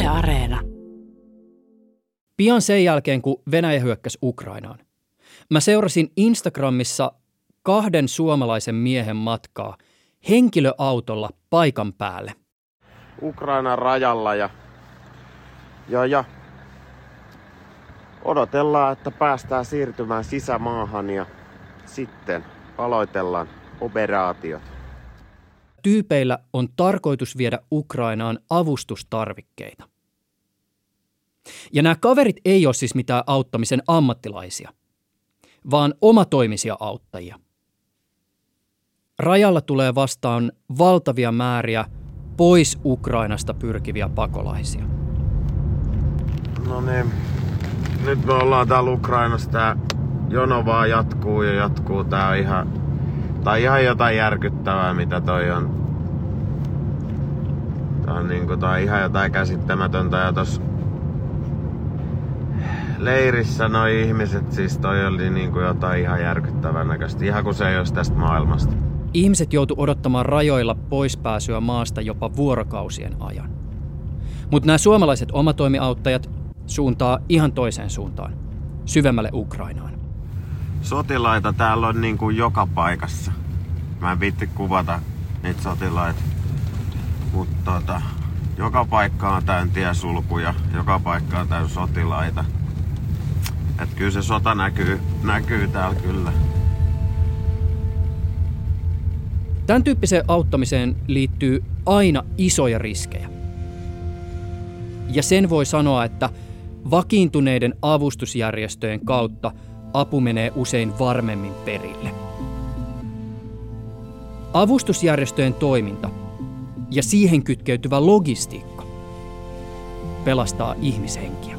Yle Areena. Pian sen jälkeen, kun Venäjä hyökkäsi Ukrainaan, mä seurasin Instagramissa 2 suomalaisen miehen matkaa henkilöautolla paikan päälle. Ukrainan rajalla ja odotellaan, että päästään siirtymään sisämaahan ja sitten aloitellaan operaatiot. Tyypeillä on tarkoitus viedä Ukrainaan avustustarvikkeita. Ja nämä kaverit ei ole siis mitään auttamisen ammattilaisia, vaan omatoimisia auttajia. Rajalla tulee vastaan valtavia määriä pois Ukrainasta pyrkiviä pakolaisia. No niin, nyt me ollaan täällä Ukrainassa. Tää jono vaan jatkuu ja jatkuu. Tää on ihan jotain järkyttävää, mitä toi on. Tää on ihan jotain käsittämätöntä. Ja tossa leirissä noi ihmiset, siis toi oli niinku jotain ihan järkyttävän näköistä. Ihan kuin se ei olisi tästä maailmasta. Ihmiset joutu odottamaan rajoilla poispääsyä maasta jopa vuorokausien ajan. Mutta nämä suomalaiset omatoimiauttajat suuntaa ihan toiseen suuntaan, syvemmälle Ukrainaan. Sotilaita täällä on niinku joka paikassa. Mä en viitti kuvata niitä sotilaita. Mutta joka paikka on täynnä tiesulkuja, joka paikka on täynnä sotilaita. Et kyllä se sota näkyy täällä kyllä. Tämän tyyppiseen auttamiseen liittyy aina isoja riskejä. Ja sen voi sanoa, että vakiintuneiden avustusjärjestöjen kautta apu menee usein varmemmin perille. Avustusjärjestöjen toiminta ja siihen kytkeytyvä logistiikka pelastaa ihmishenkiä.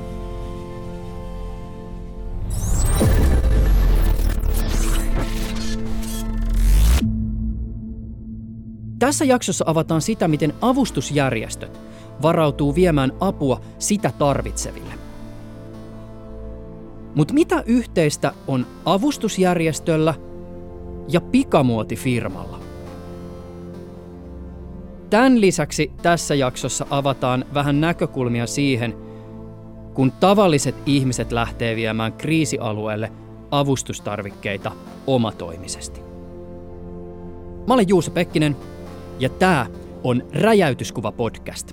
Tässä jaksossa avataan sitä, miten avustusjärjestöt varautuu viemään apua sitä tarvitseville. Mutta mitä yhteistä on avustusjärjestöllä ja pikamuotifirmalla? Tämän lisäksi tässä jaksossa avataan vähän näkökulmia siihen, kun tavalliset ihmiset lähtee viemään kriisialueelle avustustarvikkeita omatoimisesti. Mä olen Juuso Pekkinen ja tää on Räjäytyskuva podcast.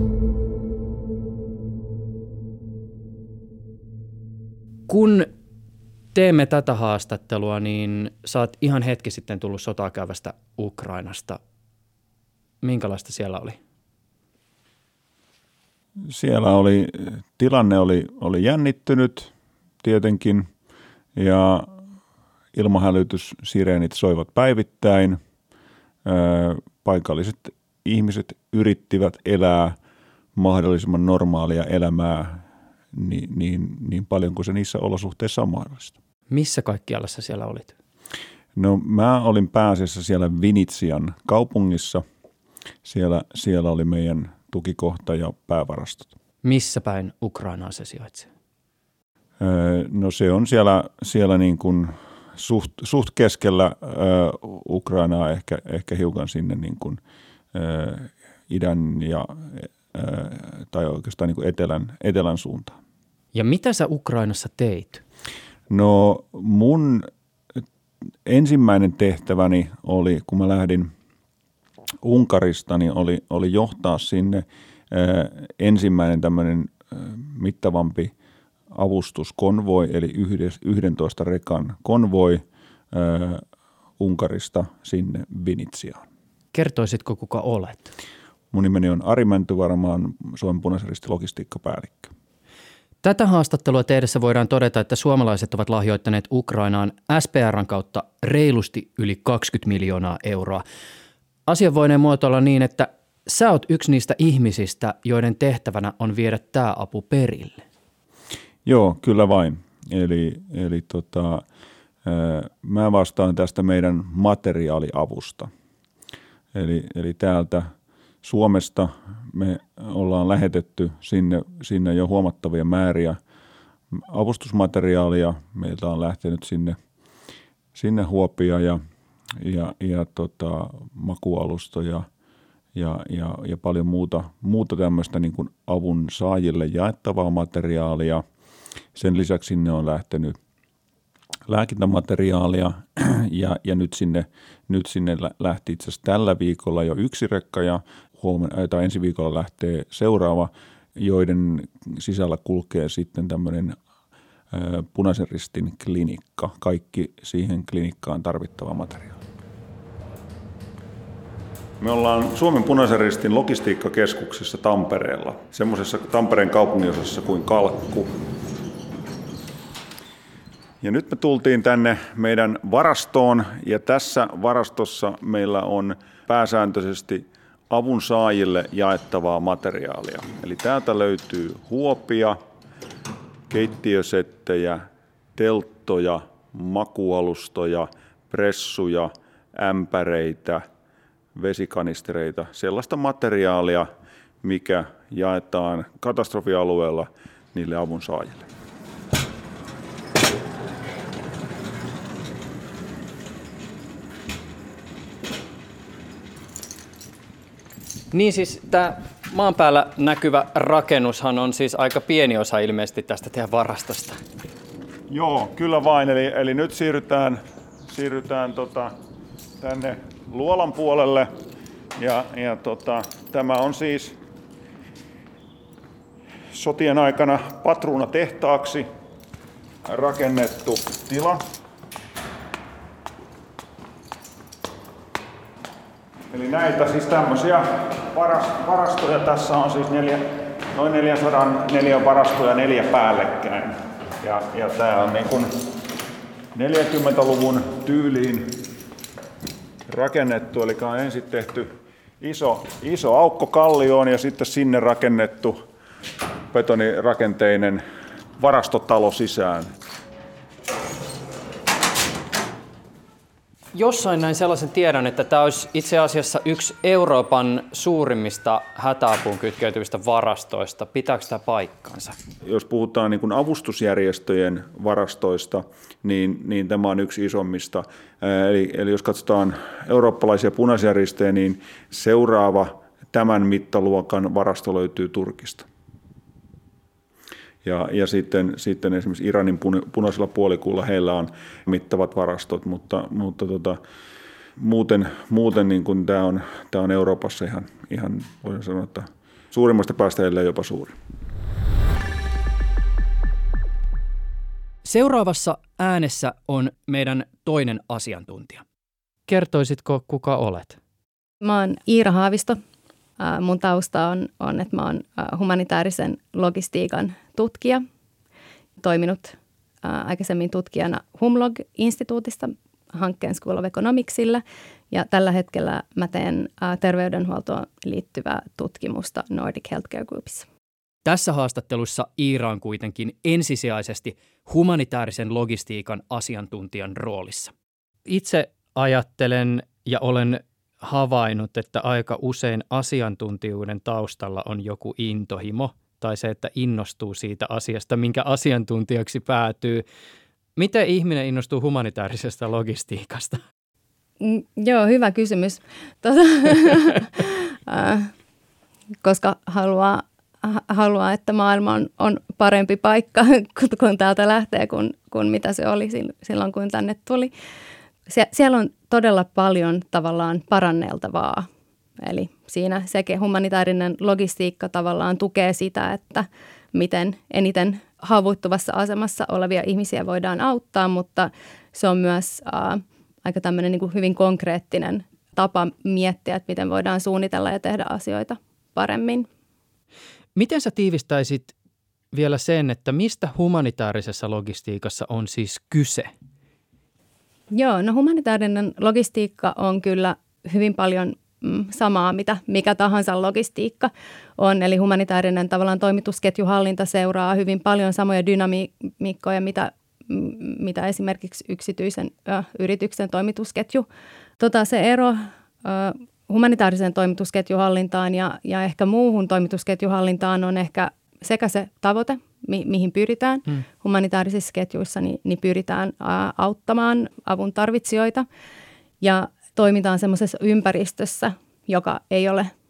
Kun teemme tätä haastattelua, niin sä oot ihan hetki sitten tullut sotaa käyvästä Ukrainasta. Minkälaista siellä oli? Siellä tilanne oli jännittynyt tietenkin ja ilmahälytyssireenit soivat päivittäin. Paikalliset ihmiset yrittivät elää mahdollisimman normaalia elämää niin paljon kuin se niissä olosuhteissa on mahdollista. Missä kaikkialla sä siellä olit? No mä olin pääasiassa siellä Vinitsian kaupungissa. Siellä oli meidän tukikohta ja päävarastot. Missä päin Ukrainaa se sijaitsee? No se on siellä niin kuin suht keskellä Ukrainaa, ehkä hiukan sinne niin kuin idän ja tai oikeastaan niin kuin etelän suuntaan. Ja mitä sä Ukrainassa teit? No mun ensimmäinen tehtäväni oli, kun mä lähdin Unkarista, niin oli johtaa sinne ensimmäinen tämmöinen mittavampi avustuskonvoi, eli 11 rekan konvoi Unkarista sinne Vinitsiaan. Kertoisitko, kuka olet? Mun nimeni on Ari Mäntyvarmaan, Suomen Punaisen Ristin logistiikkapäällikkö. Tätä haastattelua tehdessä voidaan todeta, että suomalaiset ovat lahjoittaneet Ukrainaan SPR:n kautta reilusti yli 20 miljoonaa euroa. Asian voineen muotoilla niin, että sä oot yksi niistä ihmisistä, joiden tehtävänä on viedä tämä apu perille. Joo, kyllä vain. Eli mä vastaan tästä meidän materiaaliavusta. Eli täältä Suomesta me ollaan lähetetty sinne jo huomattavia määriä avustusmateriaalia. Meiltä on lähtenyt sinne huopia ja makualustoja ja paljon muuta tämmöistä niin kuin avun saajille jaettavaa materiaalia. Sen lisäksi sinne on lähtenyt lääkintämateriaalia ja nyt sinne lähti itse asiassa tällä viikolla jo yksi rekka ja ensi viikolla lähtee seuraava, joiden sisällä kulkee sitten tämmöinen Punaisen Ristin klinikka, kaikki siihen klinikkaan tarvittava materiaali. Me ollaan Suomen Punaisen Ristin logistiikkakeskuksessa Tampereella, semmoisessa Tampereen kaupunginosassa kuin Kalkku. Ja nyt me tultiin tänne meidän varastoon ja tässä varastossa meillä on pääsääntöisesti avun saajille jaettavaa materiaalia. Eli täältä löytyy huopia, keittiösettejä, telttoja, makualustoja, pressuja, ämpäreitä, vesikanistereita, sellaista materiaalia, mikä jaetaan katastrofialueella niille avun saajille. Niin siis tämä maan päällä näkyvä rakennushan on siis aika pieni osa ilmeisesti tästä teidän varastosta. Joo, kyllä vain. Eli nyt siirrytään tänne luolan puolelle. Ja tämä on siis sotien aikana patruunatehtaaksi rakennettu tila. Eli näitä siis tämmöisiä varastoja. Tässä on siis noin 404 varastoja 4 päällekkäin. Ja tää on niin kuin 40-luvun tyyliin rakennettu, eli on ensin tehty iso aukko kallioon ja sitten sinne rakennettu betonirakenteinen varastotalo sisään. Jossain näin sellaisen tiedon, että tämä olisi itse asiassa yksi Euroopan suurimmista hätäapuun kytkeytyvistä varastoista. Pitääkö tämä paikkansa? Jos puhutaan niin kuin avustusjärjestöjen varastoista, niin tämä on yksi isommista. Eli jos katsotaan eurooppalaisia punaisjärjestöjä, niin seuraava tämän mittaluokan varasto löytyy Turkista. Ja sitten esimerkiksi Iranin punaisella puolikuulla heillä on mittavat varastot, mutta muuten niin kuin tämä on Euroopassa ihan voisin sanoa, että suurimmasta päästä ellei jopa suuri. Seuraavassa äänessä on meidän toinen asiantuntija. Kertoisitko, kuka olet? Mä oon Iira Haavisto. Mun tausta on, että mä oon humanitaarisen logistiikan tutkija, toiminut aikaisemmin tutkijana Humlog-instituutista hankkeen School of Economicsilla ja tällä hetkellä mä teen terveydenhuoltoon liittyvää tutkimusta Nordic Healthcare Groupissa. Tässä haastattelussa Iira on kuitenkin ensisijaisesti humanitaarisen logistiikan asiantuntijan roolissa. Itse ajattelen ja olen havainnut, että aika usein asiantuntijuuden taustalla on joku intohimo tai se, että innostuu siitä asiasta, minkä asiantuntijaksi päätyy. Miten ihminen innostuu humanitaarisesta logistiikasta? Joo, hyvä kysymys. Koska haluaa, että maailma on parempi paikka, kun täältä lähtee, kuin mitä se oli silloin, kun tänne tuli. Siellä on todella paljon tavallaan paranneltavaa. Eli siinä sekä humanitaarinen logistiikka tavallaan tukee sitä, että miten eniten haavoittuvassa asemassa olevia ihmisiä voidaan auttaa, mutta se on myös aika tämmöinen niin kuin hyvin konkreettinen tapa miettiä, että miten voidaan suunnitella ja tehdä asioita paremmin. Miten sä tiivistäisit vielä sen, että mistä humanitaarisessa logistiikassa on siis kyse? Joo, no humanitaarinen logistiikka on kyllä hyvin paljon samaa, mitä mikä tahansa logistiikka on. Eli humanitaarinen tavallaan toimitusketjuhallinta seuraa hyvin paljon samoja dynamiikkoja, mitä esimerkiksi yksityisen yrityksen toimitusketju. Se ero humanitaariseen toimitusketjuhallintaan ja ehkä muuhun toimitusketjuhallintaan on ehkä sekä se tavoite, mihin pyritään. Humanitaarisissa ketjuissa niin pyritään auttamaan avun tarvitsijoita ja toimitaan semmoisessa ympäristössä, joka ei ole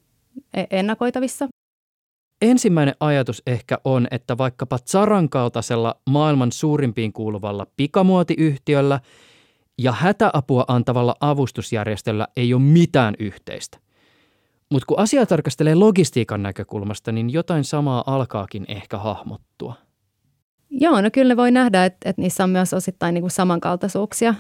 ennakoitavissa. Ensimmäinen ajatus ehkä on, että vaikkapa Zaran kaltaisella maailman suurimpiin kuuluvalla pikamuotiyhtiöllä ja hätäapua antavalla avustusjärjestöllä ei ole mitään yhteistä. Mutta kun asiaa tarkastelee logistiikan näkökulmasta, niin jotain samaa alkaakin ehkä hahmottua. Joo, no kyllä ne voi nähdä, että niissä on myös osittain niin kuin samankaltaisuuksia.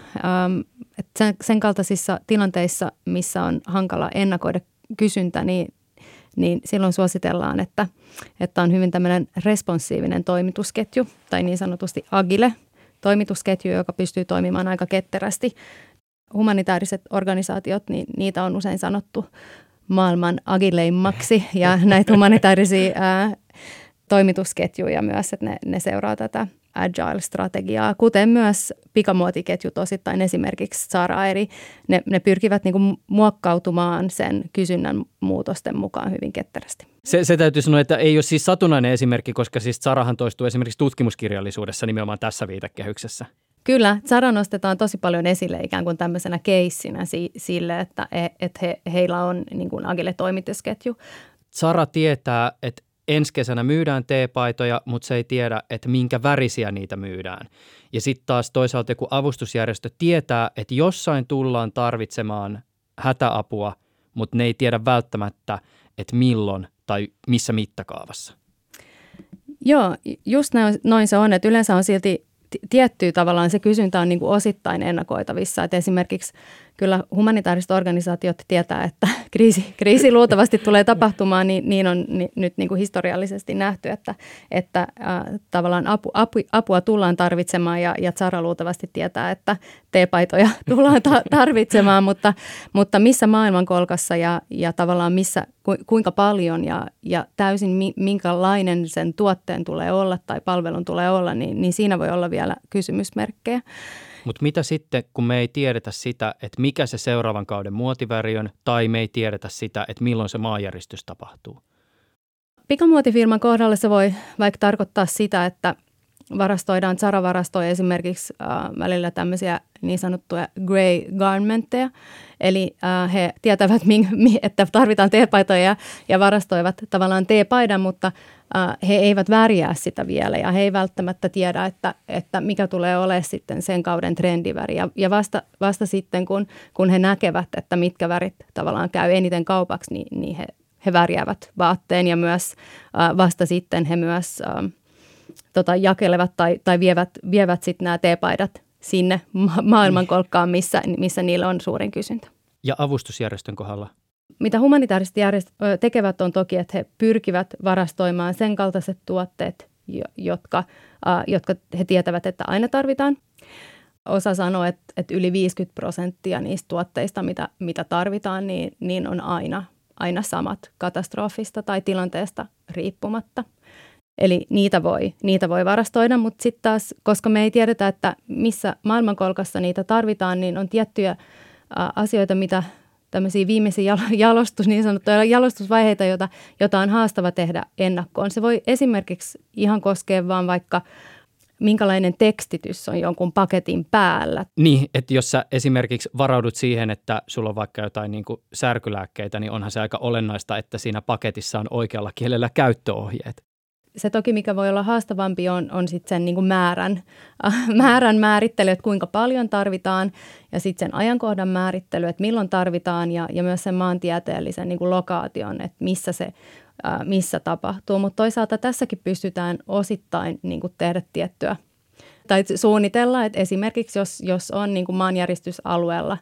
Että sen kaltaisissa tilanteissa, missä on hankala ennakoida kysyntä, niin silloin suositellaan, että on hyvin tämmöinen responsiivinen toimitusketju tai niin sanotusti agile toimitusketju, joka pystyy toimimaan aika ketterästi. Humanitaariset organisaatiot, niin niitä on usein sanottu maailman agileimmaksi ja näitä humanitaarisia toimitusketjuja myös, että ne seuraa tätä agile-strategiaa, kuten myös pikamuotiketjut osittain esimerkiksi Zara, eli ne pyrkivät niin kuin muokkautumaan sen kysynnän muutosten mukaan hyvin ketterästi. Se täytyy sanoa, että ei ole siis satunnainen esimerkki, koska siis Zarahan toistuu esimerkiksi tutkimuskirjallisuudessa nimenomaan tässä viitekehyksessä. Kyllä, Zara nostetaan tosi paljon esille ikään kuin tämmöisenä keissinä sille, että heillä on niin kuin agile toimitusketju. Zara tietää, että ensi kesänä myydään teepaitoja, mutta se ei tiedä, että minkä värisiä niitä myydään. Ja sitten taas toisaalta joku avustusjärjestö tietää, että jossain tullaan tarvitsemaan hätäapua, mutta ne ei tiedä välttämättä, että milloin tai missä mittakaavassa. Joo, just noin se on, että yleensä on silti tiettyä tavallaan se kysyntä on niin kuin osittain ennakoitavissa. Että esimerkiksi kyllä humanitaariset organisaatiot tietää, että kriisi luultavasti tulee tapahtumaan, niin on nyt niin kuin historiallisesti nähty, että tavallaan apua tullaan tarvitsemaan ja Zara luultavasti tietää, että teepaitoja tullaan tarvitsemaan, mutta missä maailmankolkassa ja tavallaan kuinka paljon ja täysin minkälainen sen tuotteen tulee olla tai palvelun tulee olla, niin siinä voi olla vielä kysymysmerkkejä. Mutta mitä sitten, kun me ei tiedetä sitä, että mikä se seuraavan kauden muotiväri on, tai me ei tiedetä sitä, että milloin se maanjäristys tapahtuu? Pikamuotifirman kohdalla se voi vaikka tarkoittaa sitä, että Zara varastoi esimerkiksi välillä tämmöisiä niin sanottuja grey garmentteja, eli he tietävät, että tarvitaan teepaitoja ja varastoivat tavallaan teepaidan, mutta he eivät värjää sitä vielä ja he ei välttämättä tiedä, että mikä tulee olemaan sitten sen kauden trendiväri. Ja vasta sitten, kun he näkevät, että mitkä värit tavallaan käy eniten kaupaksi, niin he värjäävät vaatteen ja myös vasta sitten he myös jakelevat tai vievät sitten nämä teepaidat sinne maailmankolkkaan, missä niillä on suurin kysyntä. Ja avustusjärjestön kohdalla? Mitä humanitaariset järjestöt tekevät on toki, että he pyrkivät varastoimaan sen kaltaiset tuotteet, jotka he tietävät, että aina tarvitaan. Osa sanoo, että yli 50% niistä tuotteista, mitä tarvitaan, niin on aina samat katastrofista tai tilanteesta riippumatta. Eli niitä voi varastoida, mutta sitten taas, koska me ei tiedetä, että missä maailmankolkassa niitä tarvitaan, niin on tiettyjä asioita, mitä tämmöisiä viimeisiä niin sanottuja jalostusvaiheita, jota on haastava tehdä ennakkoon. Se voi esimerkiksi ihan koskea vaan vaikka minkälainen tekstitys on jonkun paketin päällä. Niin, että jos sä esimerkiksi varaudut siihen, että sulla on vaikka jotain niin kuin särkylääkkeitä, niin onhan se aika olennaista, että siinä paketissa on oikealla kielellä käyttöohjeet. Se toki, mikä voi olla haastavampi, on sitten sen niin kuin määrän määrittely, että kuinka paljon tarvitaan, ja sitten sen ajankohdan määrittely, että milloin tarvitaan, ja myös sen maantieteellisen niin kuin lokaation, että missä tapahtuu. Mutta toisaalta tässäkin pystytään osittain niin kuin tehdä tiettyä tai suunnitella, että esimerkiksi jos on niin kuin maanjäristysalueella,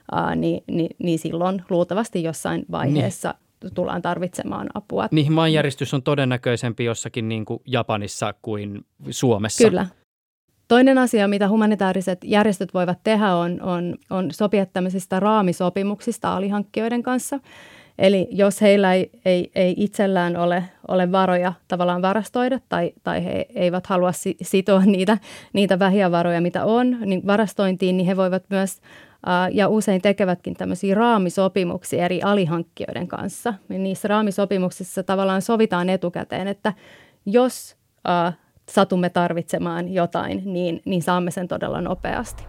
niin silloin luultavasti jossain vaiheessa tullaan tarvitsemaan apua. Niin, maanjäristys on todennäköisempi jossakin niin kuin Japanissa kuin Suomessa. Kyllä. Toinen asia, mitä humanitaariset järjestöt voivat tehdä, on sopia tämmöisistä raamisopimuksista alihankkijoiden kanssa. Eli jos heillä ei itsellään ole varoja tavallaan varastoida tai he eivät halua sitoa niitä vähiä varoja, mitä on, niin varastointiin, niin he voivat myös ja usein tekevätkin tämmöisiä raamisopimuksia eri alihankkijoiden kanssa. Ja niissä raamisopimuksissa tavallaan sovitaan etukäteen, että jos satumme tarvitsemaan jotain, niin saamme sen todella nopeasti.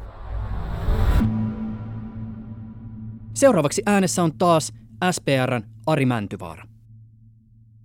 Seuraavaksi äänessä on taas SPR:n Ari Mäntyvaara.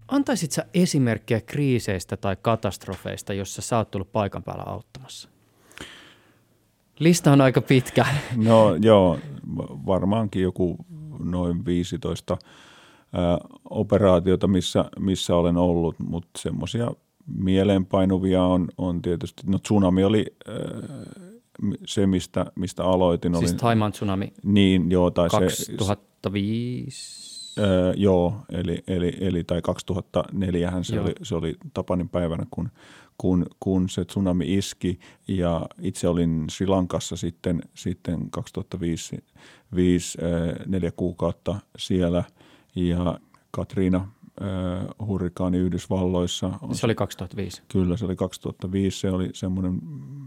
Antaisit sä esimerkkejä kriiseistä tai katastrofeista, jossa sä oot tullut paikan päällä auttamassa? Lista on aika pitkä. No joo, varmaankin joku noin 15 operaatiota, missä olen ollut, mutta semmoisia mieleenpainuvia on tietysti, no tsunami oli se, mistä aloitin. Siis Thaimaan tsunami niin, joo, tai 2005? Joo, eli tai 2004 se oli Tapanin päivänä, kun se tsunami iski, ja itse olin Sri Lankassa sitten 2005 4 kuukautta siellä, ja Katrina hurrikaani Yhdysvalloissa. Se oli 2005. Kyllä, se oli 2005. Se oli semmoinen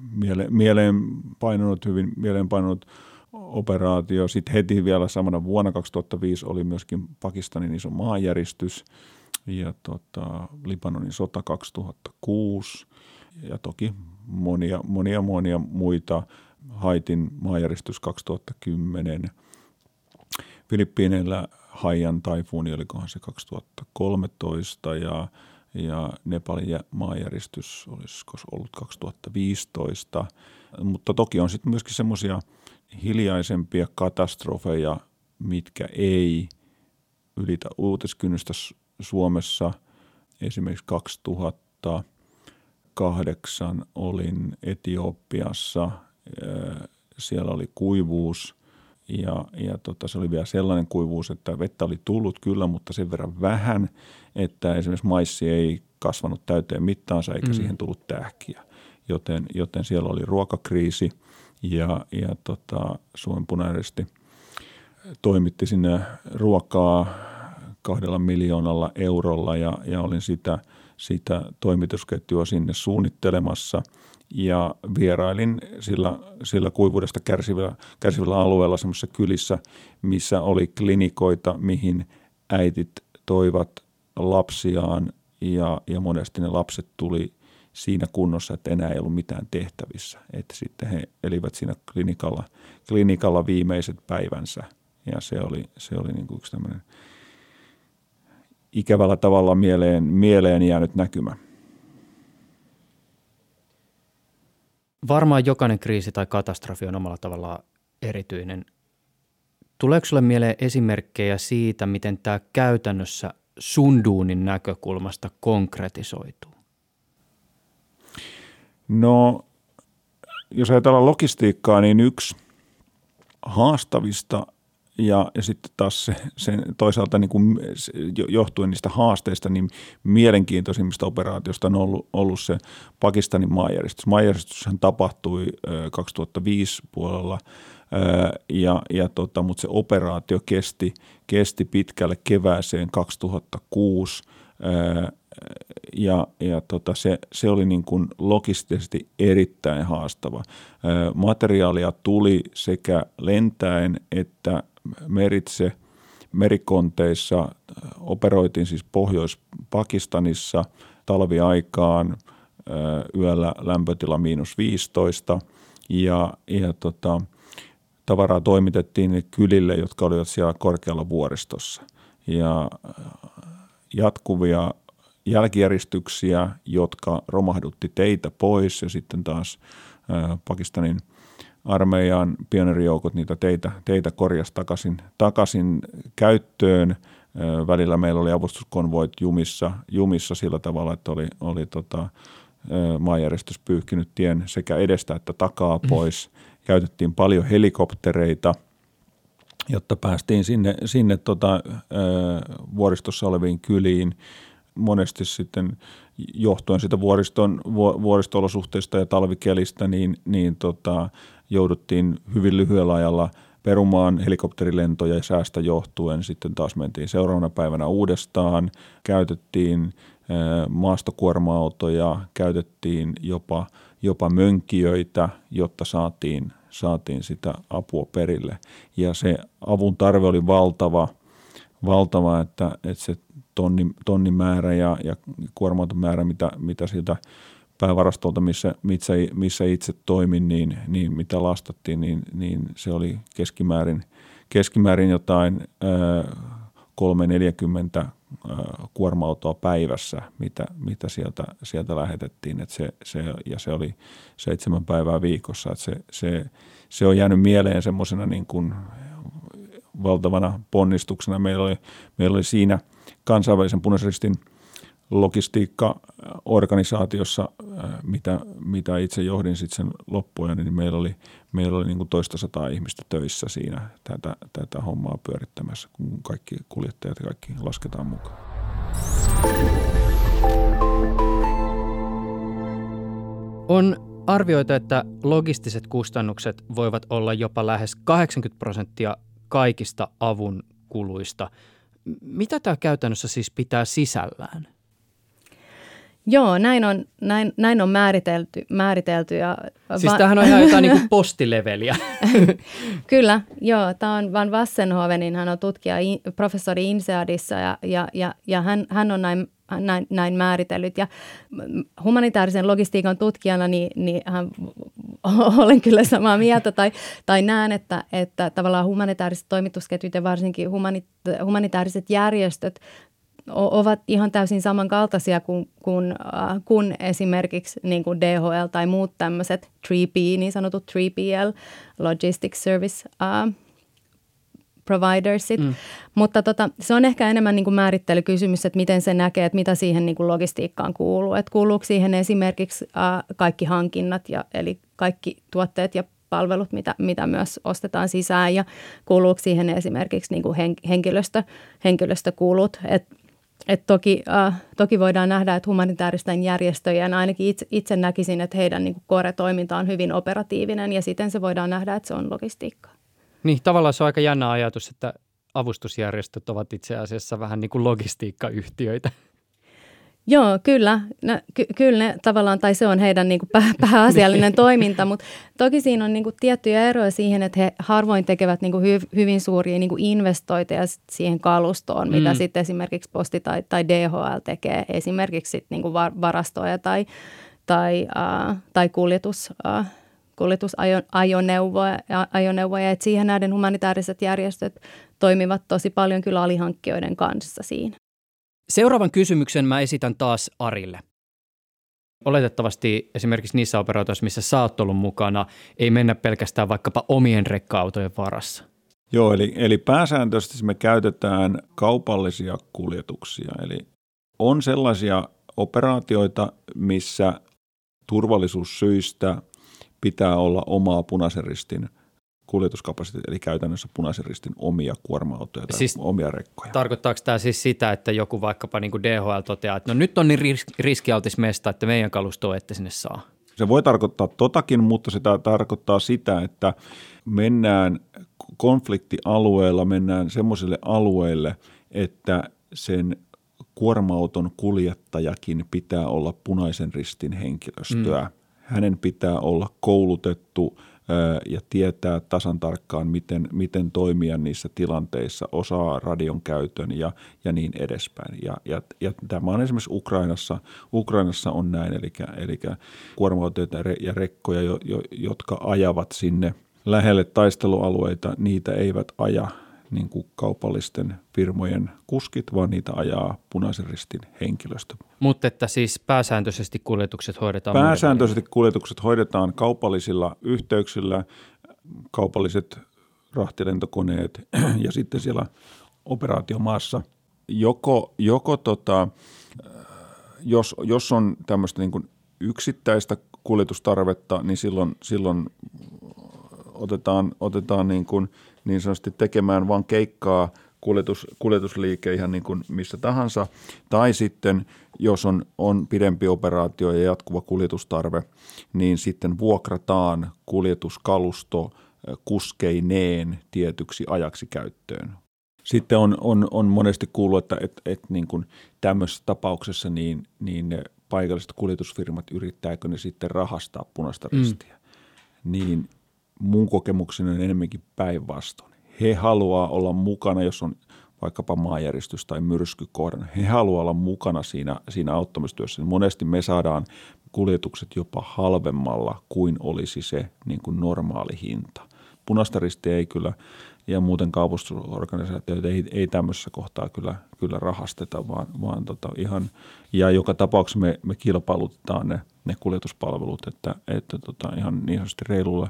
hyvin mieleenpainunut operaatio. Sitten heti vielä samana vuonna 2005 oli myöskin Pakistanin iso maanjäristys ja Libanonin sota 2006 ja toki monia muita. Haitin maanjäristys 2010. Filippiineillä Haiyan taifuuni, olikohan se 2013 ja Nepalin maanjäristys olisiko ollut 2015. Mutta toki on sitten myöskin semmoisia hiljaisempia katastrofeja, mitkä ei ylitä uutiskynnystä Suomessa. Esimerkiksi 2008 olin Etiopiassa, siellä oli kuivuus ja se oli vielä sellainen kuivuus, että vettä oli tullut kyllä, mutta sen verran vähän, että esimerkiksi maissi ei kasvanut täyteen mittaansa eikä siihen tullut tähkiä, joten siellä oli ruokakriisi. Ja Suomen Punainen toimitti sinne ruokaa 2 miljoonalla eurolla ja olin sitä toimitusketjua sinne suunnittelemassa ja vierailin sillä kuivuudesta kärsivillä alueella semmoisissa kylissä, missä oli klinikoita, mihin äitit toivat lapsiaan ja monesti ne lapset tuli siinä kunnossa, että enää ei ollut mitään tehtävissä. Että sitten he elivät siinä klinikalla viimeiset päivänsä. Ja se oli niin kuin yksi tämmöinen ikävällä tavalla mieleen jäänyt näkymä. Varmaan jokainen kriisi tai katastrofi on omalla tavallaan erityinen. Tuleeko sulle mieleen esimerkkejä siitä, miten tämä käytännössä sun duunin näkökulmasta konkretisoituu? No, jos ajatellaan logistiikkaa, niin yksi haastavista ja sitten taas se toisaalta niin kuin johtuen niistä haasteista, niin mielenkiintoisimmista operaatioista on ollut se Pakistanin maanjäristys. Maanjäristyshän tapahtui 2005 puolella, mutta se operaatio kesti pitkälle kevääseen 2006. Se oli niin kuin logistisesti erittäin haastava. Materiaalia tuli sekä lentäen että merikonteissa. Operoitiin siis Pohjois-Pakistanissa talviaikaan, yöllä lämpötila -15 ja tavaraa toimitettiin kylille, jotka olivat siellä korkealla vuoristossa. Ja jatkuvia jälkijäristyksiä, jotka romahdutti teitä pois ja sitten taas Pakistanin armeijan pioneerijoukot niitä teitä korjasi takaisin käyttöön. Välillä meillä oli avustuskonvoit jumissa sillä tavalla, että oli maanjäristys pyyhkinyt tien sekä edestä että takaa pois. Käytettiin paljon helikoptereita, jotta päästiin sinne vuoristossa oleviin kyliin. Monesti sitten johtuen siitä vuoristo-olosuhteista ja talvikelistä, niin jouduttiin hyvin lyhyellä ajalla perumaan helikopterilentoja ja säästä johtuen. Sitten taas mentiin seuraavana päivänä uudestaan, käytettiin maastokuorma-autoja, käytettiin jopa mönkijöitä, jotta saatiin sitä apua perille. Ja se avun tarve oli valtava, että se tonnimäärä ja kuorma-automäärä, mitä siltä päävarastolta, missä itse toimin, niin mitä lastattiin, niin se oli keskimäärin jotain 340 kuorma-autoa päivässä, mitä sieltä lähetettiin. Se oli 7 päivää viikossa. Se on jäänyt mieleen semmoisena niin kuin valtavana ponnistuksena. Meillä oli siinä kansainvälisen Punaisen Ristin logistiikkaorganisaatiossa, mitä itse johdin sitten sen loppuajan, niin meillä oli niin kuin 200 ihmistä töissä siinä tätä hommaa pyörittämässä, kun kaikki kuljettajat ja kaikki lasketaan mukaan. On arvioita, että logistiset kustannukset voivat olla jopa lähes 80% kaikista avun kuluista. Mitä tämä käytännössä siis pitää sisällään? Joo, näin on määritelty. Ja siis tämähän on ihan jotain niin kuin postileveliä. Kyllä, joo. Tämä on Van Wassenhovenin, hän on tutkija, professori INSEADissa ja hän on näin määritellyt. Ja humanitaarisen logistiikan tutkijana niin olen kyllä samaa mieltä tai näen, että tavallaan humanitaariset toimitusketjut ja varsinkin humanitaariset järjestöt ovat ihan täysin samankaltaisia kuin esimerkiksi niin kuin DHL tai muut tämmöiset 3P, niin sanotut 3PL, Logistics Service Providersit. Mutta se on ehkä enemmän niin kuin määrittelykysymys, että miten se näkee, että mitä siihen niin kuin logistiikkaan kuuluu. Että kuuluuko siihen esimerkiksi kaikki hankinnat, eli kaikki tuotteet ja palvelut, mitä myös ostetaan sisään, ja kuuluuko siihen esimerkiksi niin kuin henkilöstökulut. Toki voidaan nähdä, että humanitaaristen järjestöjen, ainakin itse näkisin, että heidän niin kuin core-toiminta on hyvin operatiivinen, ja siten se voidaan nähdä, että se on logistiikkaa. Niin, tavallaan se on aika jännä ajatus, että avustusjärjestöt ovat itse asiassa vähän niin kuin logistiikkayhtiöitä. Joo, kyllä. No, kyllä ne tavallaan, tai se on heidän niin kuin pääasiallinen toiminta, mutta toki siinä on niin kuin tiettyjä eroja siihen, että he harvoin tekevät niin kuin hyvin suuria niin kuin investointeja siihen kalustoon, mitä sitten esimerkiksi Posti tai DHL tekee, esimerkiksi sit niin kuin varastoja tai kuljetusajoneuvoja, että siihen näiden humanitaariset järjestöt toimivat tosi paljon kyllä alihankkijoiden kanssa siinä. Seuraavan kysymyksen mä esitän taas Arille. Oletettavasti esimerkiksi niissä operaatioissa, missä sä oot ollut mukana, ei mennä pelkästään vaikkapa omien rekka-autojen varassa. Joo, eli pääsääntöisesti me käytetään kaupallisia kuljetuksia. Eli on sellaisia operaatioita, missä turvallisuussyistä pitää olla omaa Punaisen Ristin kuljetuskapasiteetti, eli käytännössä Punaisen Ristin omia kuorma-autoja tai siis omia rekkoja. Tarkoittaako tämä siis sitä, että joku vaikkapa niin kuin DHL toteaa, että no nyt on niin riskialtis mesta, että meidän kalustoa ette sinne saa? Se voi tarkoittaa totakin, mutta se tarkoittaa sitä, että mennään konfliktialueella, mennään semmoisille alueille, että sen kuorma-auton kuljettajakin pitää olla Punaisen Ristin henkilöstöä. Hänen pitää olla koulutettu ja tietää tasan tarkkaan, miten toimia niissä tilanteissa, osaa radion käytön ja niin edespäin. Ja tämä on esimerkiksi Ukrainassa on näin, eli kuorma-autoja ja rekkoja, jotka ajavat sinne lähelle taistelualueita, niitä eivät aja niin kuin kaupallisten firmojen kuskit, vaan niitä ajaa Punaisen Ristin henkilöstö. Mutta että siis pääsääntöisesti kuljetukset hoidetaan? Pääsääntöisesti kuljetukset hoidetaan kaupallisilla yhteyksillä, kaupalliset rahtilentokoneet ja sitten siellä operaatiomaassa. Jos on tämmöistä niin kuin yksittäistä kuljetustarvetta, niin silloin otetaan niin sanotusti tekemään vaan keikkaa kuljetusliike ihan niin kuin missä tahansa. Tai sitten, jos on pidempi operaatio ja jatkuva kuljetustarve, niin sitten vuokrataan kuljetuskalusto kuskeineen tietyksi ajaksi käyttöön. Sitten on monesti kuullut, että niin kuin tämmöisessä tapauksessa niin ne paikalliset kuljetusfirmat, yrittääkö ne sitten rahastaa Punaista Ristiä. Niin mun kokemukseni on enemmänkin päinvastoin. He haluaa olla mukana, jos on vaikkapa maanjäristys tai myrsky kohdana. He haluaa olla mukana siinä auttamistyössä. Monesti me saadaan kuljetukset jopa halvemmalla kuin olisi se niin kuin normaali hinta. Punaista Ristiä ei kyllä ja muuten kaupustusorganisaatioita ei tämmöisessä kohtaa kyllä rahasteta, vaan ihan, ja joka tapauksessa me kilpailutetaan ne kuljetuspalvelut, että ihan niin sanotusti reilulla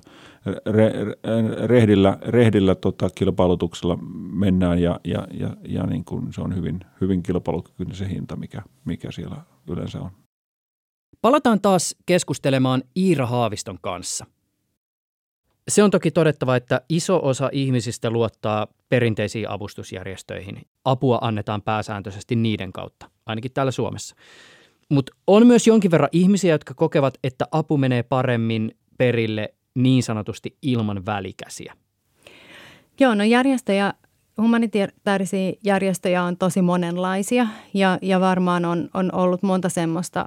rehdillä kilpailutuksella mennään ja niin kuin se on hyvin kilpailukykyinen se hinta, mikä siellä yleensä on. Palataan taas keskustelemaan Iira Haaviston kanssa. Se on toki todettava, että iso osa ihmisistä luottaa perinteisiin avustusjärjestöihin. Apua annetaan pääsääntöisesti niiden kautta, ainakin täällä Suomessa. Mutta on myös jonkin verran ihmisiä, jotka kokevat, että apu menee paremmin perille niin sanotusti ilman välikäsiä. Joo, no humanitaarisia järjestöjä on tosi monenlaisia ja varmaan on ollut monta semmoista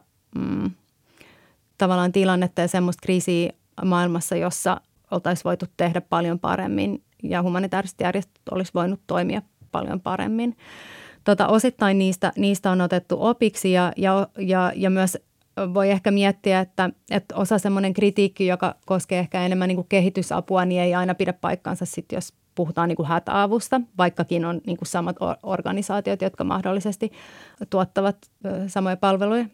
tavallaan tilannetta ja semmoista kriisiä maailmassa, jossa oltaisiin voitu tehdä paljon paremmin ja humanitaariset järjestöt olisi voinut toimia paljon paremmin. Osittain niistä on otettu opiksi ja myös voi ehkä miettiä, että osa semmoinen kritiikki, joka koskee ehkä enemmän niin kuin kehitysapua, niin ei aina pidä paikkansa sitten, jos puhutaan niin kuin hätäavusta, vaikkakin on niin kuin samat organisaatiot, jotka mahdollisesti tuottavat samoja palveluja.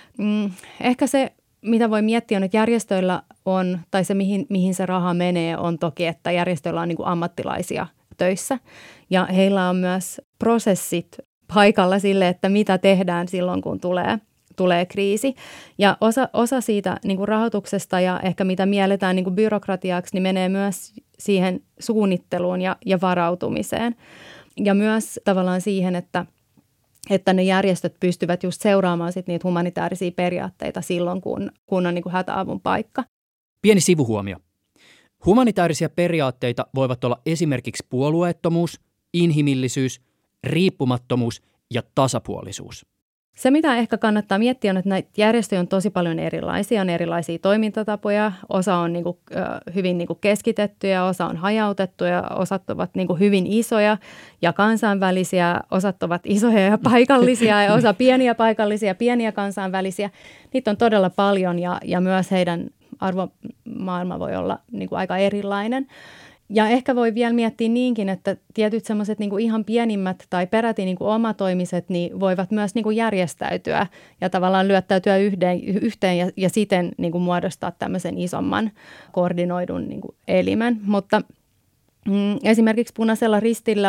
Ehkä se, mitä voi miettiä, on, että järjestöillä on, tai se mihin se raha menee, on toki, että järjestöillä on niin kuin ammattilaisia töissä. Ja heillä on myös prosessit paikalla sille, että mitä tehdään silloin, kun tulee kriisi. Ja osa siitä niin kuin rahoituksesta ja ehkä mitä mielletään niin kuin byrokratiaksi, niin menee myös siihen suunnitteluun ja varautumiseen. Ja myös tavallaan siihen, että ne järjestöt pystyvät just seuraamaan sit niitä humanitaarisia periaatteita silloin, kun on niin kuin hätäavun paikka. Pieni sivuhuomio. Humanitaarisia periaatteita voivat olla esimerkiksi puolueettomuus, inhimillisyys, riippumattomuus ja tasapuolisuus. Se, mitä ehkä kannattaa miettiä, on, että näitä järjestöjä on tosi paljon erilaisia. On erilaisia toimintatapoja. Osa on hyvin keskitettyjä, osa on hajautettuja, osat ovat hyvin isoja ja kansainvälisiä, osat ovat isoja ja paikallisia ja osa pieniä paikallisia, pieniä kansainvälisiä. Niitä on todella paljon ja myös heidän arvomaailma voi olla aika erilainen. Ja ehkä voi vielä miettiä niinkin, että tietyt semmoiset ihan pienimmät tai peräti omatoimiset niin voivat myös järjestäytyä ja tavallaan lyöttäytyä yhteen ja siten muodostaa tämmöisen isomman koordinoidun elimen. Mutta esimerkiksi Punaisella Ristillä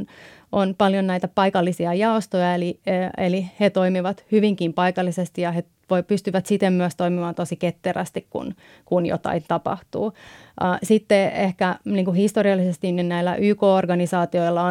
on paljon näitä paikallisia jaostoja, eli he toimivat hyvinkin paikallisesti ja he pystyvät siten myös toimimaan tosi ketterästi, kun jotain tapahtuu. Sitten ehkä historiallisesti niin näillä YK-organisaatioilla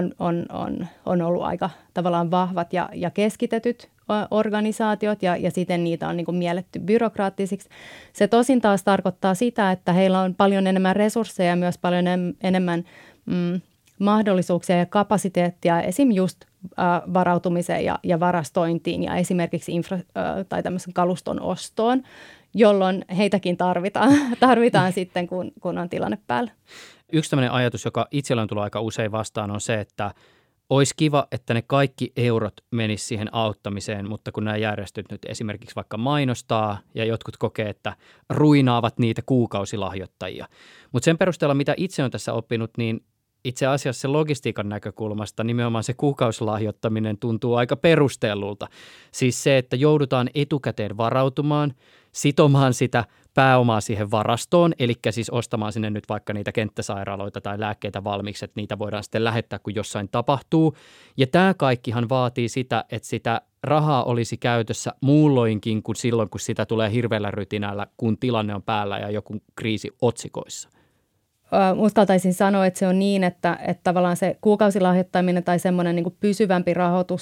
on ollut aika tavallaan vahvat ja keskitetyt organisaatiot ja siten niitä on mielletty byrokraattisiksi. Se tosin taas tarkoittaa sitä, että heillä on paljon enemmän resursseja ja myös paljon enemmän mahdollisuuksia ja kapasiteettia esim. Just varautumiseen ja varastointiin ja esimerkiksi tai tämmöisen kaluston ostoon, jolloin heitäkin tarvitaan sitten, kun on tilanne päällä. Yksi tämmöinen ajatus, joka itsellä on tullut aika usein vastaan, on se, että olisi kiva, että ne kaikki eurot menis siihen auttamiseen, mutta kun nämä järjestöt nyt esimerkiksi vaikka mainostaa ja jotkut kokee, että ruinaavat niitä kuukausilahjoittajia. Mutta sen perusteella, mitä itse on tässä oppinut, niin itse asiassa se logistiikan näkökulmasta nimenomaan se kuukausilahjoittaminen tuntuu aika perustellulta. Siis se, että joudutaan etukäteen varautumaan, sitomaan sitä pääomaa siihen varastoon, eli siis ostamaan sinne nyt vaikka niitä kenttäsairaaloita tai lääkkeitä valmiiksi, että niitä voidaan sitten lähettää, kun jossain tapahtuu. Ja tämä kaikkihan vaatii sitä, että sitä rahaa olisi käytössä muulloinkin kuin silloin, kun sitä tulee hirveällä rytinällä, kun tilanne on päällä ja joku kriisi otsikoissa. Uskaltaisin sanoa, että se on niin, että tavallaan se kuukausilahjoittaminen tai semmoinen pysyvämpi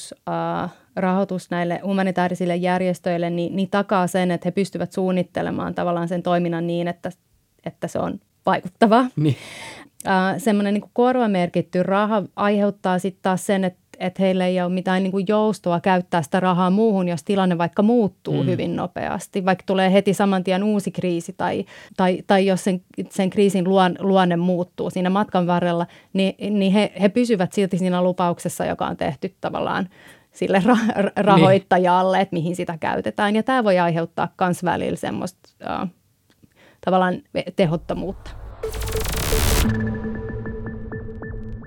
rahoitus näille humanitaarisille järjestöille, niin takaa sen, että he pystyvät suunnittelemaan tavallaan sen toiminnan niin, että se on vaikuttavaa. Niin. Semmoinen korvamerkitty raha aiheuttaa sitten taas sen, että heillä ei ole mitään joustoa käyttää sitä rahaa muuhun, jos tilanne vaikka muuttuu hyvin nopeasti. Vaikka tulee heti saman tien uusi kriisi tai jos sen kriisin luonne muuttuu siinä matkan varrella, niin he pysyvät silti siinä lupauksessa, joka on tehty tavallaan sille rahoittajalle, että mihin sitä käytetään. Ja tämä voi aiheuttaa myös välillä semmoista tavallaan tehottomuutta.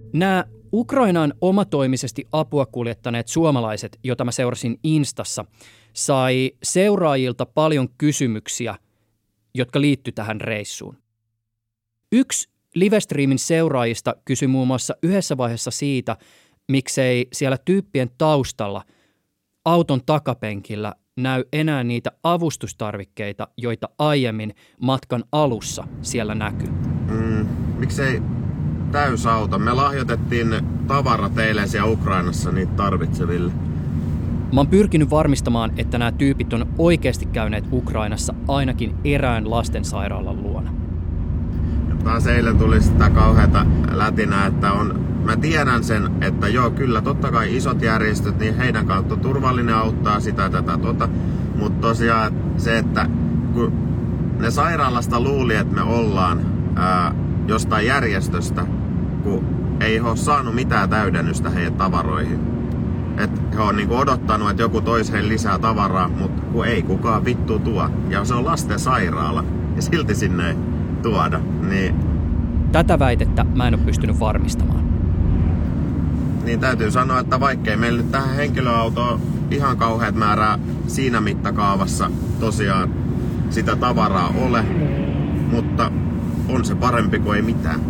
Nämä Ukrainaan omatoimisesti apua kuljettaneet suomalaiset, joita mä seurasin Instassa, sai seuraajilta paljon kysymyksiä, jotka liittyi tähän reissuun. Yksi livestreamin seuraajista kysyi muun muassa yhdessä vaiheessa siitä, miksei siellä tyyppien taustalla auton takapenkillä näy enää niitä avustustarvikkeita, joita aiemmin matkan alussa siellä näkyy. Miksei täysauto? Me lahjoitettiin tavara teille siellä Ukrainassa niitä tarvitseville. Mä oon pyrkinyt varmistamaan, että nämä tyypit on oikeasti käyneet Ukrainassa ainakin erään lastensairaalan luona. Ja taas eilen tuli sitä kauheata lätinää, että mä tiedän sen, että joo kyllä totta kai isot järjestöt, niin heidän kautta turvallinen auttaa sitä mutta tosiaan se, että kun ne sairaalasta luuli, että me ollaan jostain järjestöstä, kun ei he ole saanut mitään täydennystä heidän tavaroihin. Että he on niinku odottanut, että joku toisi heille lisää tavaraa, mutta kun ei kukaan vittu tuo. Ja se on lastensairaala ja silti sinne ei tuoda. Niin Tätä väitettä mä en ole pystynyt varmistamaan. Niin täytyy sanoa, että vaikkei meillä nyt tähän henkilöautoon ihan kauheat määrää siinä mittakaavassa tosiaan sitä tavaraa ole, mutta on se parempi kuin ei mitään.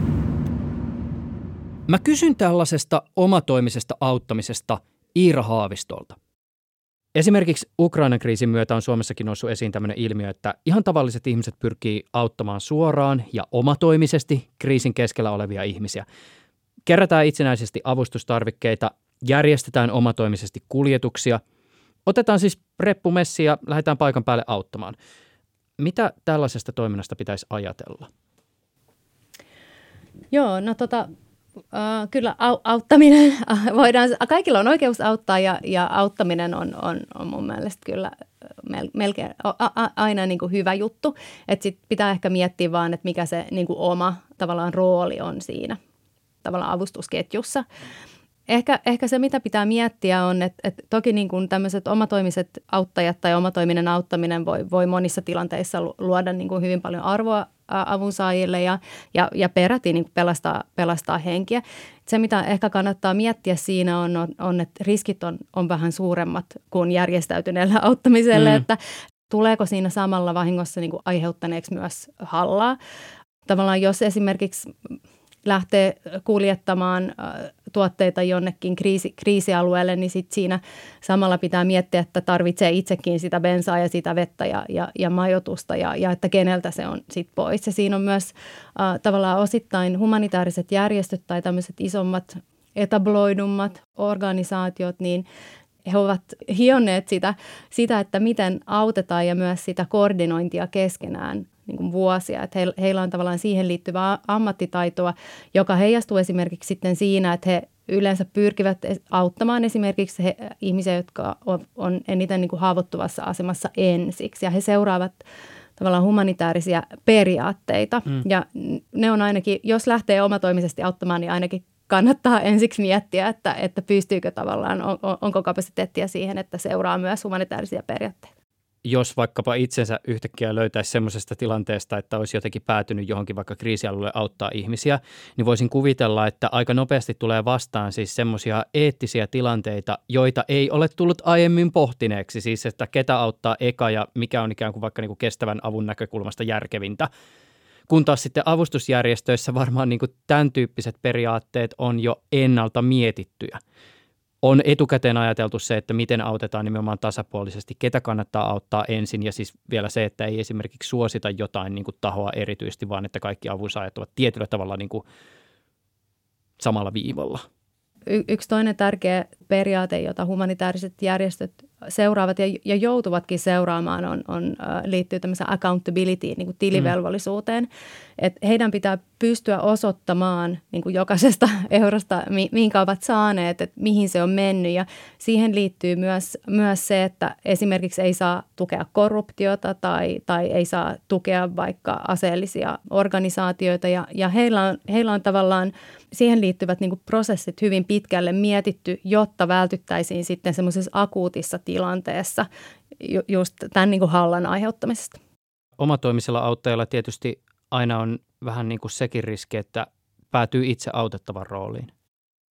Mä kysyn tällaisesta omatoimisesta auttamisesta Iira Haavistolta. Esimerkiksi Ukrainan kriisin myötä on Suomessakin noussut esiin tämmöinen ilmiö, että ihan tavalliset ihmiset pyrkii auttamaan suoraan ja omatoimisesti kriisin keskellä olevia ihmisiä. Kerätään itsenäisesti avustustarvikkeita, järjestetään omatoimisesti kuljetuksia, otetaan siis reppumessi ja lähdetään paikan päälle auttamaan. Mitä tällaisesta toiminnasta pitäisi ajatella? Joo, no kyllä auttaminen, kaikilla on oikeus auttaa ja auttaminen on mun mielestä kyllä melkein aina niin kuin hyvä juttu. Että sit pitää ehkä miettiä vaan, että mikä se niin kuin oma tavallaan rooli on siinä tavallaan avustusketjussa. Ehkä se, mitä pitää miettiä on, että toki niin kuin tämmöiset omatoimiset auttajat tai omatoiminen auttaminen voi monissa tilanteissa luoda niin kuin hyvin paljon arvoa avunsaajille ja peräti niin kuin pelastaa henkiä. Se, mitä ehkä kannattaa miettiä siinä on että riskit on vähän suuremmat kuin järjestäytyneellä auttamiselle, että tuleeko siinä samalla vahingossa niin kuin aiheuttaneeksi myös hallaa. Tavallaan jos esimerkiksi lähtee kuljettamaan tuotteita jonnekin kriisialueelle, niin sit siinä samalla pitää miettiä, että tarvitsee itsekin sitä bensaa ja sitä vettä ja majoitusta ja että keneltä se on sit pois. Ja siinä on myös tavallaan osittain humanitaariset järjestöt tai tämmöiset isommat etabloidummat organisaatiot, niin he ovat hionneet sitä, että miten autetaan ja myös sitä koordinointia keskenään niin kuin vuosia. Että heillä on tavallaan siihen liittyvää ammattitaitoa, joka heijastuu esimerkiksi sitten siinä, että he yleensä pyrkivät auttamaan esimerkiksi ihmisiä, jotka on eniten niin kuin haavoittuvassa asemassa ensiksi. Ja he seuraavat tavallaan humanitaarisia periaatteita. Ja ne on ainakin, jos lähtee omatoimisesti auttamaan, niin ainakin kannattaa ensiksi miettiä, että pystyykö tavallaan, onko kapasiteettia siihen, että seuraa myös humanitaarisia periaatteita. Jos vaikkapa itsensä yhtäkkiä löytäisi semmoisesta tilanteesta, että olisi jotenkin päätynyt johonkin vaikka kriisialueelle auttaa ihmisiä, niin voisin kuvitella, että aika nopeasti tulee vastaan siis semmoisia eettisiä tilanteita, joita ei ole tullut aiemmin pohtineeksi. Siis, että ketä auttaa eka ja mikä on ikään kuin vaikka niin kuin kestävän avun näkökulmasta järkevintä. Kun taas sitten avustusjärjestöissä varmaan niin kuin tämän tyyppiset periaatteet on jo ennalta mietittyjä. On etukäteen ajateltu se, että miten autetaan nimenomaan tasapuolisesti, ketä kannattaa auttaa ensin ja siis vielä se, että ei esimerkiksi suosita jotain niin kuin tahoa erityisesti, vaan että kaikki avunsaajat ovat tietyllä tavalla niin kuin samalla viivalla. Yksi toinen tärkeä periaate, jota humanitaariset järjestöt seuraavat ja joutuvatkin seuraamaan, liittyy tämmöiseen accountabilityin, niin kuin tilivelvollisuuteen. Että heidän pitää pystyä osoittamaan niin kuin jokaisesta eurosta, minkä ovat saaneet, että mihin se on mennyt. Ja siihen liittyy myös se, että esimerkiksi ei saa tukea korruptiota tai ei saa tukea vaikka aseellisia organisaatioita. Ja heillä on tavallaan siihen liittyvät niin kuin prosessit hyvin pitkälle mietitty, jotta vältyttäisiin sitten semmoisessa akuutissa tilanteessa just tämän niin kuin hallan aiheuttamisesta. Omatoimisella auttajalla tietysti aina on vähän niin kuin sekin riski, että päätyy itse autettavan rooliin.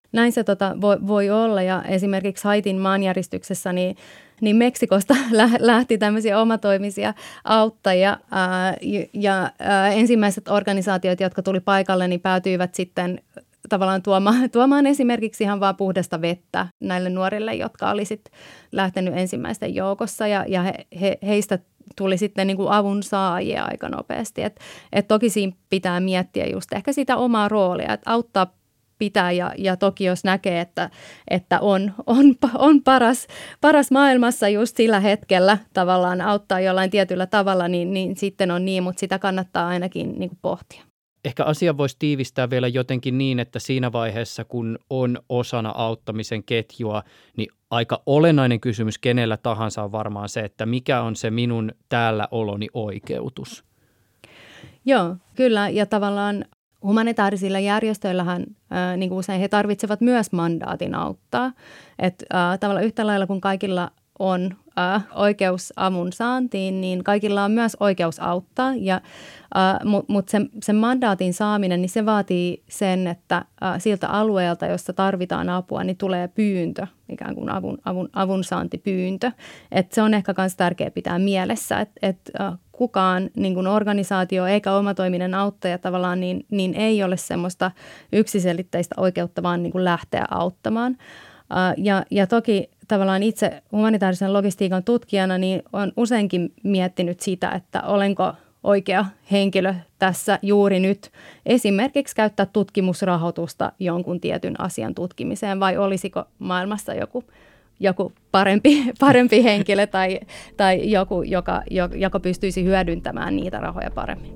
Näin se voi olla, ja esimerkiksi Haitin maanjäristyksessä niin Meksikosta lähti tämmöisiä omatoimisia auttajia ja ensimmäiset organisaatiot, jotka tuli paikalle, niin päätyivät sitten tavallaan tuomaan esimerkiksi ihan vaan puhdasta vettä näille nuorille, jotka oli sitten lähtenyt ensimmäisten joukossa, ja heistä tuli sitten niin kuin avun saajia aika nopeasti. Et toki siinä pitää miettiä just ehkä sitä omaa roolia, että auttaa pitää ja toki jos näkee, että on paras maailmassa just sillä hetkellä tavallaan auttaa jollain tietyllä tavalla, niin sitten on niin, mutta sitä kannattaa ainakin niin kuin pohtia. Ehkä asia voisi tiivistää vielä jotenkin niin, että siinä vaiheessa, kun on osana auttamisen ketjua, niin aika olennainen kysymys kenellä tahansa on varmaan se, että mikä on se minun täällä oloni oikeutus. Joo, kyllä, ja tavallaan humanitaarisilla järjestöillähän niin kuin usein he tarvitsevat myös mandaatin auttaa. Että tavallaan yhtä lailla kun kaikilla on oikeus avun saantiin, niin kaikilla on myös oikeus auttaa. Mutta sen mandaatin saaminen, niin se vaatii sen, että siltä alueelta, jossa tarvitaan apua, niin tulee pyyntö, ikään kuin avunsaantipyyntö. Et se on ehkä myös tärkeää pitää mielessä, että kukaan niin kuin organisaatio eikä omatoiminen auttaja tavallaan niin ei ole semmoista yksiselitteistä oikeutta vaan niin kuin lähteä auttamaan. Ja toki tavallaan itse humanitaarisen logistiikan tutkijana niin olen useinkin miettinyt sitä, että olenko oikea henkilö tässä juuri nyt esimerkiksi käyttää tutkimusrahoitusta jonkun tietyn asian tutkimiseen vai olisiko maailmassa joku parempi henkilö tai joku, joka pystyisi hyödyntämään niitä rahoja paremmin.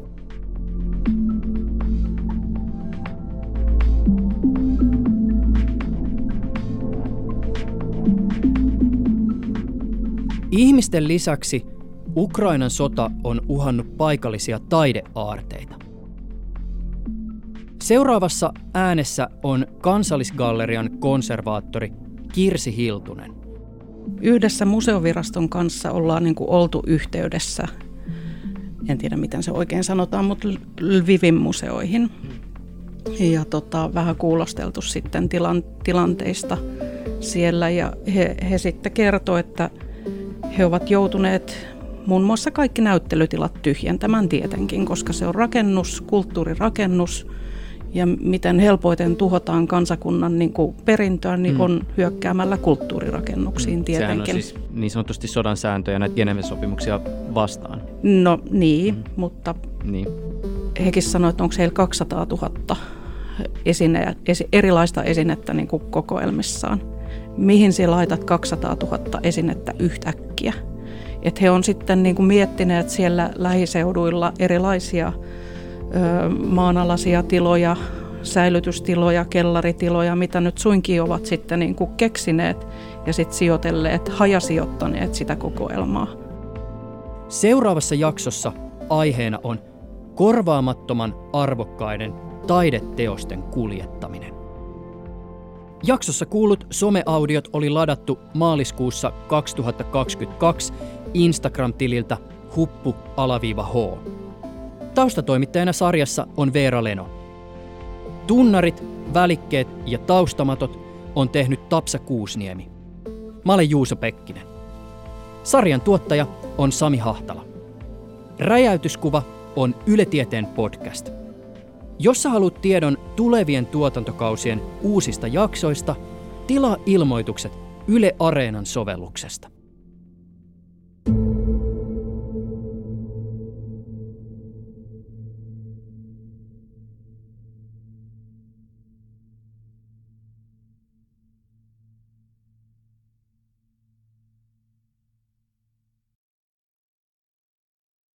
Ihmisten lisäksi Ukrainan sota on uhannut paikallisia taideaarteita. Seuraavassa äänessä on Kansallisgallerian konservaattori Kirsi Hiltunen. Yhdessä museoviraston kanssa ollaan niin kuin oltu yhteydessä, en tiedä miten se oikein sanotaan, mutta Lvivin museoihin. Ja vähän kuulosteltu sitten tilanteista siellä ja he sitten kertoo, että he ovat joutuneet muun muassa kaikki näyttelytilat tyhjentämään tietenkin, koska se on rakennus, kulttuurirakennus ja miten helpoiten tuhotaan kansakunnan niin kuin perintöä niin on hyökkäämällä kulttuurirakennuksiin tietenkin. Sehän on siis niin sanotusti sodan sääntöjä näitä Geneven sopimuksia vastaan. No niin, mutta hekin sanoivat, että onko heillä 200 000 erilaista esinettä niin kuin kokoelmissaan. Mihin sinä laitat 200 000 esinettä yhtäkkiä? Että he on sitten niin kuin miettineet siellä lähiseuduilla erilaisia maanalaisia tiloja, säilytystiloja, kellaritiloja, mitä nyt suinkin ovat sitten niin kuin keksineet ja sitten sijoitelleet, hajasijoittaneet sitä kokoelmaa. Seuraavassa jaksossa aiheena on korvaamattoman arvokkaiden taideteosten kuljettaminen. Jaksossa kuullut someaudiot oli ladattu maaliskuussa 2022 Instagram-tililtä huppu_h. Taustatoimittajana sarjassa on Veera Leno. Tunnarit, välikkeet ja taustamatot on tehnyt Tapsa Kuusniemi. Mä olen Juuso Pekkinen. Sarjan tuottaja on Sami Hahtala. Räjäytyskuva on Yle Tieteen podcast. Jos sä haluat tiedon tulevien tuotantokausien uusista jaksoista, tilaa ilmoitukset Yle Areenan sovelluksesta.